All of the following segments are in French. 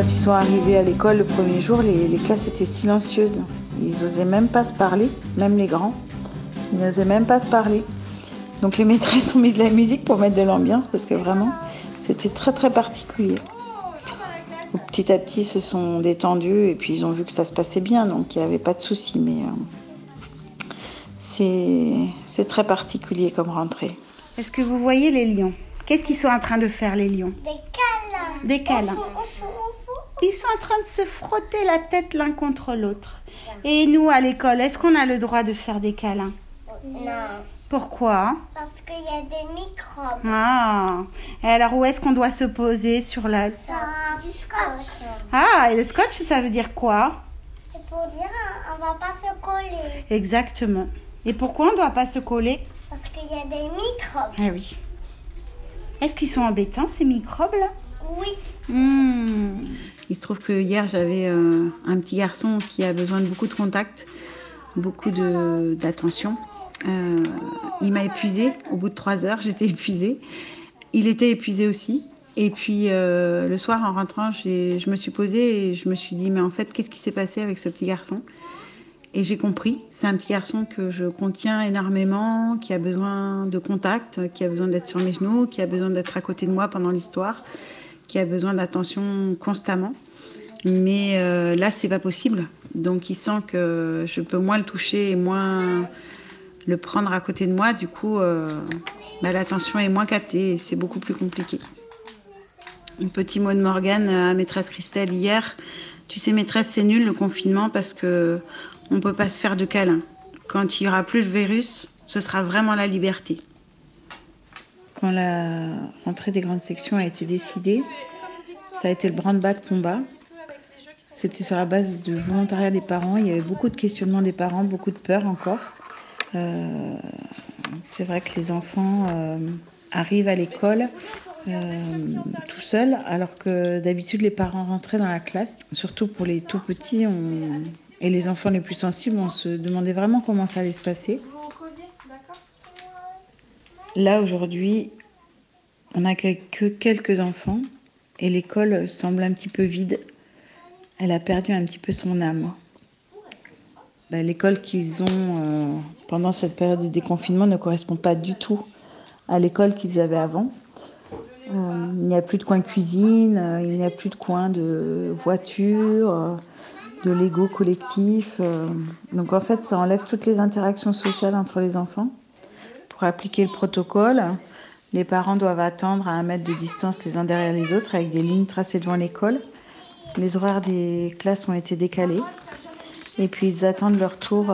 ils sont arrivés à l'école le premier jour, les classes étaient silencieuses. Ils n'osaient même pas se parler, même les grands. Ils n'osaient même pas se parler. Donc les maîtresses ont mis de la musique pour mettre de l'ambiance parce que vraiment, c'était très très particulier. Petit à petit, ils se sont détendus et puis ils ont vu que ça se passait bien, donc il n'y avait pas de souci. Mais c'est très particulier comme rentrée. Est-ce que vous voyez les lions? Qu'est-ce qu'ils sont en train de faire, les lions? Des câlins. Des câlins. Ils sont en train de se frotter la tête l'un contre l'autre. Et nous, à l'école, est-ce qu'on a le droit de faire des câlins? Non. Pourquoi? Parce qu'il y a des microbes. Ah. Et alors, où est-ce qu'on doit se poser sur la... Du scotch. Ah, et le scotch, ça veut dire quoi? C'est pour dire on va pas se coller. Exactement. Et pourquoi on ne doit pas se coller? Parce qu'il y a des microbes. Ah oui. Est-ce qu'ils sont embêtants, ces microbes-là? Oui. Il se trouve que hier, j'avais un petit garçon qui a besoin de beaucoup de contact, beaucoup d'attention. Il m'a épuisée. Au bout de 3 heures, j'étais épuisée. Il était épuisé aussi. Et puis, le soir, en rentrant, je me suis posée et je me suis dit, mais en fait, qu'est-ce qui s'est passé avec ce petit garçon? Et j'ai compris, c'est un petit garçon que je contiens énormément, qui a besoin de contact, qui a besoin d'être sur mes genoux, qui a besoin d'être à côté de moi pendant l'histoire, qui a besoin d'attention constamment. Mais là, c'est pas possible. Donc, il sent que je peux moins le toucher et moins le prendre à côté de moi. Du coup, l'attention est moins captée et c'est beaucoup plus compliqué. Un petit mot de Morgane à maîtresse Christelle hier. Tu sais, maîtresse, c'est nul le confinement parce que on peut pas se faire de câlins. Quand il y aura plus le virus, ce sera vraiment la liberté. Quand la rentrée des grandes sections a été décidée, ça a été le branle-bas de combat. C'était sur la base du volontariat des parents. Il y avait beaucoup de questionnements des parents, beaucoup de peur encore. C'est vrai que les enfants arrivent à l'école tout seuls, alors que d'habitude les parents rentraient dans la classe. Surtout pour les tout petits et les enfants les plus sensibles, on se demandait vraiment comment ça allait se passer. Là aujourd'hui, on n'accueille que quelques enfants et l'école semble un petit peu vide. Elle a perdu un petit peu son âme. L'école qu'ils ont pendant cette période de déconfinement ne correspond pas du tout à l'école qu'ils avaient avant. Il n'y a plus de coin cuisine, il n'y a plus de coin de voiture, de Lego collectif. Donc en fait, ça enlève toutes les interactions sociales entre les enfants. Pour appliquer le protocole, les parents doivent attendre à 1 mètre de distance les uns derrière les autres avec des lignes tracées devant l'école. Les horaires des classes ont été décalés. Et puis ils attendent leur tour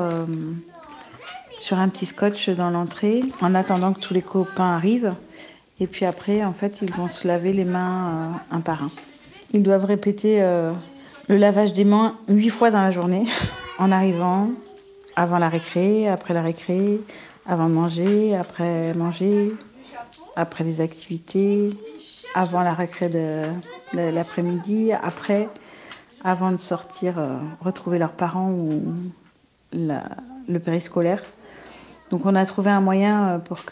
sur un petit scotch dans l'entrée en attendant que tous les copains arrivent. Et puis après, en fait, ils vont se laver les mains un par un. Ils doivent répéter le lavage des mains 8 fois dans la journée, en arrivant, avant la récré, après la récré, avant de manger, après manger, après les activités, avant la récré de l'après-midi, après, avant de sortir, retrouver leurs parents ou le périscolaire. Donc on a trouvé un moyen pour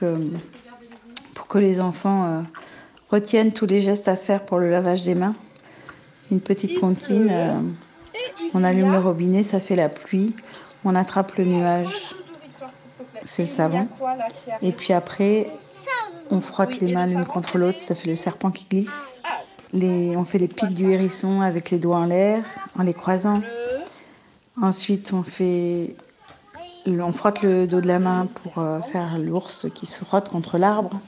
que les enfants retiennent tous les gestes à faire pour le lavage des mains. Une petite comptine, on allume le robinet, ça fait la pluie, on attrape le nuage, c'est le savon. Et puis après, on frotte les mains l'une contre l'autre, ça fait le serpent qui glisse. On fait les pics du hérisson avec les doigts en l'air, en les croisant. Ensuite, on frotte le dos de la main pour faire l'ours qui se frotte contre l'arbre.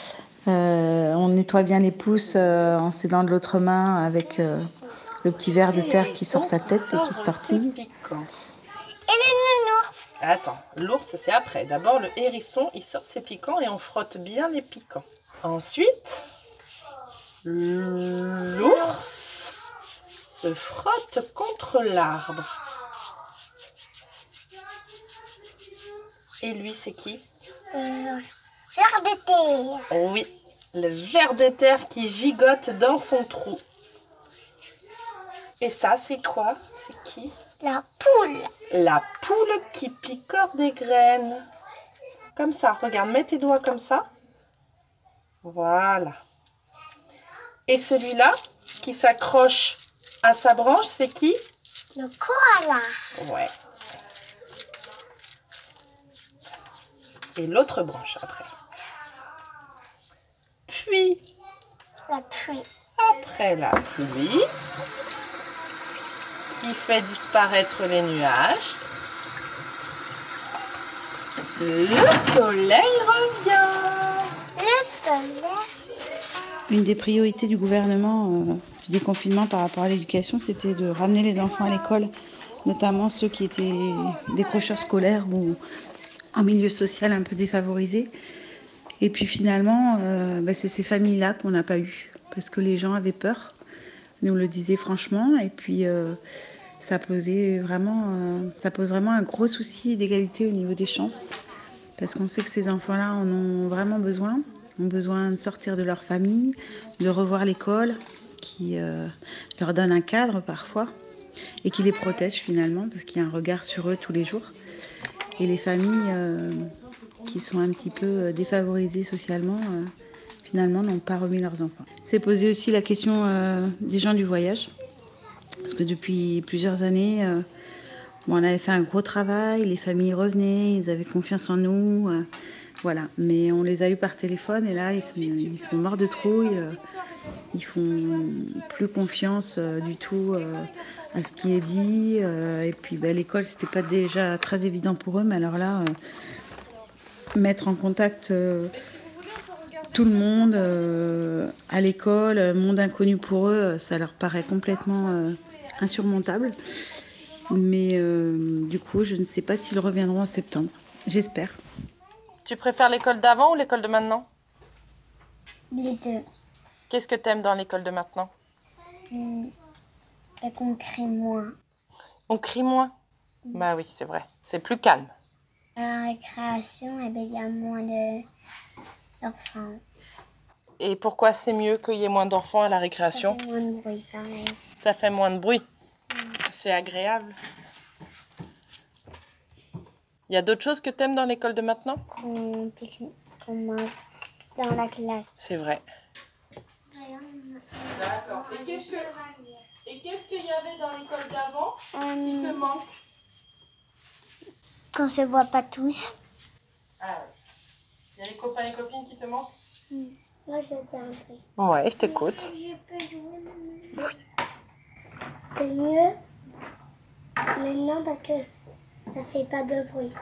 On nettoie bien les pouces en s'aidant de l'autre main avec le petit ver de terre qui sort sa tête et qui se tortille. Et les nounours? Attends, l'ours c'est après. D'abord le hérisson, il sort ses piquants et on frotte bien les piquants. Ensuite, l'ours se frotte contre l'arbre. Et lui c'est qui? Ver de terre. Oui, le ver de terre qui gigote dans son trou. Et ça, c'est quoi? C'est qui? La poule. La poule qui picore des graines. Comme ça, regarde, mets tes doigts comme ça. Voilà. Et celui-là, qui s'accroche À sa branche, c'est qui? Le koala. Ouais. Et l'autre branche après. Puis, La pluie. après la pluie, qui fait disparaître les nuages, le soleil revient. Le soleil. Une des priorités du gouvernement du déconfinement par rapport à l'éducation, c'était de ramener les enfants à l'école, notamment ceux qui étaient décrocheurs scolaires ou en milieu social un peu défavorisé. Et puis finalement, c'est ces familles-là qu'on n'a pas eues, parce que les gens avaient peur, nous le disaient franchement, et puis ça pose vraiment un gros souci d'égalité au niveau des chances, parce qu'on sait que ces enfants-là en ont vraiment besoin, ont besoin de sortir de leur famille, de revoir l'école, qui leur donne un cadre parfois, et qui les protège finalement, parce qu'il y a un regard sur eux tous les jours. Et les familles qui sont un petit peu défavorisées socialement, finalement, n'ont pas remis leurs enfants. C'est posé aussi la question des gens du voyage, parce que depuis plusieurs années, on avait fait un gros travail, les familles revenaient, ils avaient confiance en nous, voilà. Mais on les a eus par téléphone et là, ils sont morts de trouille, ils font plus confiance du tout à ce qui est dit. Et puis l'école, c'était pas déjà très évident pour eux, mais alors là, mettre en contact tout le monde à l'école, monde inconnu pour eux, ça leur paraît complètement insurmontable. Mais du coup, je ne sais pas s'ils reviendront en septembre. J'espère. Tu préfères l'école d'avant ou l'école de maintenant? Les deux. Qu'est-ce que t'aimes dans l'école de maintenant? Qu'on crie moins. On crie moins? Bah oui, c'est vrai. C'est plus calme. À la récréation, il y a moins d'enfants. Et pourquoi c'est mieux qu'il y ait moins d'enfants à la récréation? Ça fait moins de bruit, pareil. Ça fait moins de bruit. C'est agréable. Il y a d'autres choses que t'aimes dans l'école de maintenant? Qu'on mange dans la classe. C'est vrai. D'accord. Et qu'est-ce qu'il y avait dans l'école d'avant qui te manque? Qu'on se voit pas tous. Ah oui. Il y a les copains et copines qui te manquent? Moi, je veux dire un truc. Ouais, je t'écoute. Je peux jouer maintenant. C'est mieux maintenant parce que ça fait pas de bruit.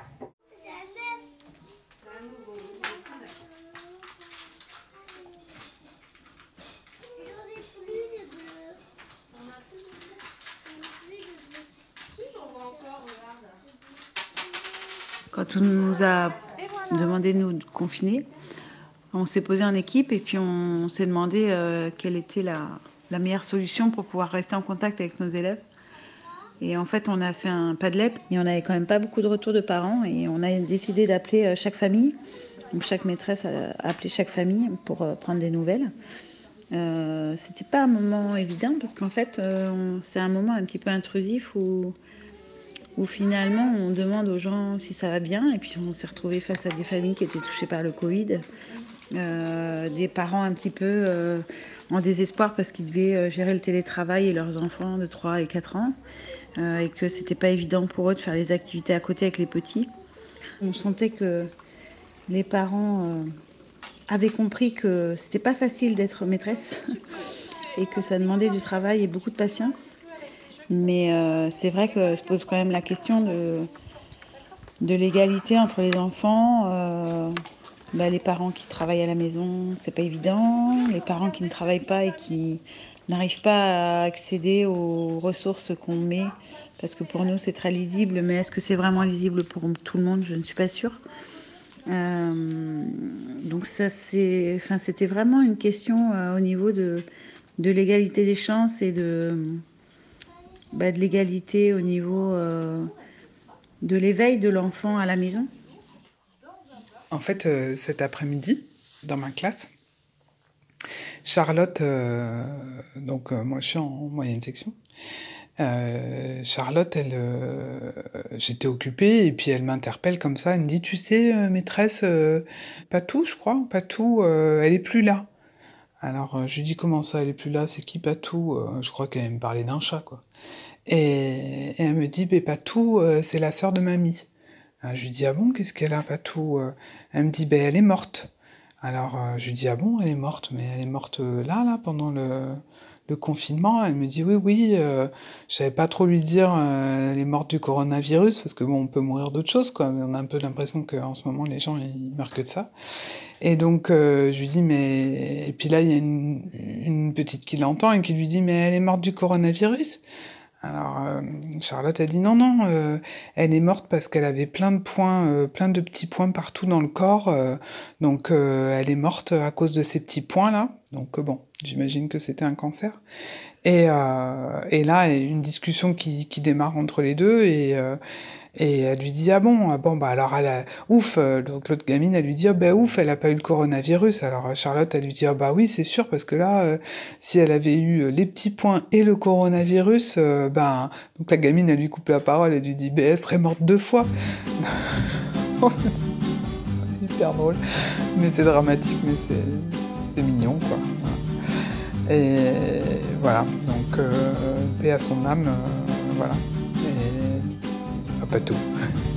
Quand on nous a demandé de nous confiner, on s'est posé en équipe et puis on s'est demandé quelle était la meilleure solution pour pouvoir rester en contact avec nos élèves. Et en fait, on a fait un Padlet et on n'avait quand même pas beaucoup de retours de parents et on a décidé d'appeler chaque famille. Donc chaque maîtresse a appelé chaque famille pour prendre des nouvelles. C'était pas un moment évident parce qu'en fait, c'est un moment un petit peu intrusif où finalement on demande aux gens si ça va bien et puis on s'est retrouvé face à des familles qui étaient touchées par le Covid, des parents un petit peu en désespoir parce qu'ils devaient gérer le télétravail et leurs enfants de 3 et 4 ans et que c'était pas évident pour eux de faire les activités à côté avec les petits. On sentait que les parents avaient compris que c'était pas facile d'être maîtresse et que ça demandait du travail et beaucoup de patience. Mais c'est vrai que se pose quand même la question de l'égalité entre les enfants. Les parents qui travaillent à la maison, c'est pas évident. Les parents qui ne travaillent pas et qui n'arrivent pas à accéder aux ressources qu'on met, parce que pour nous c'est très lisible, mais est-ce que c'est vraiment lisible pour tout le monde? Je ne suis pas sûre. Donc ça, c'était vraiment une question au niveau de l'égalité des chances et de l'égalité au niveau de l'éveil de l'enfant à la maison. En fait, cet après-midi, dans ma classe, Charlotte, moi je suis en moyenne section, Charlotte, j'étais occupée et puis elle m'interpelle comme ça, elle me dit, tu sais, maîtresse, Patou, je crois, Patou, elle est plus là. Alors, je lui dis, comment ça, elle est plus là, c'est qui Patou? Je crois qu'elle me parlait d'un chat, quoi. Et elle me dit, Patou, c'est la sœur de mamie. Alors, je lui dis, ah bon, qu'est-ce qu'elle a, Patou? Elle me dit, elle est morte. Alors, je lui dis, ah bon, elle est morte, mais elle est morte là, pendant le confinement. Elle me dit, oui, je savais pas trop lui dire, elle est morte du coronavirus, parce que bon, on peut mourir d'autre chose, quoi. Mais on a un peu l'impression qu'en ce moment, les gens, ils meurent que de ça. Et donc, je lui dis, mais... Et puis là, il y a une petite qui l'entend et qui lui dit, mais elle est morte du coronavirus? Alors, Charlotte a dit, non, elle est morte parce qu'elle avait plein de points, plein de petits points partout dans le corps, donc elle est morte à cause de ces petits points-là. Donc bon, j'imagine que c'était un cancer. Et là, il y a une discussion qui démarre entre les deux, et elle lui dit, ah bon, bah alors elle a... Ouf, donc l'autre gamine, elle lui dit, ouf, elle a pas eu le coronavirus. Alors Charlotte, elle lui dit, bah oui, c'est sûr, parce que là, si elle avait eu les petits points et le coronavirus, donc la gamine, elle lui coupe la parole, elle lui dit, elle serait morte 2 fois. C'est hyper drôle, mais c'est dramatique, mais c'est mignon, quoi. Et voilà, donc paix à son âme, voilà. Et pas tout.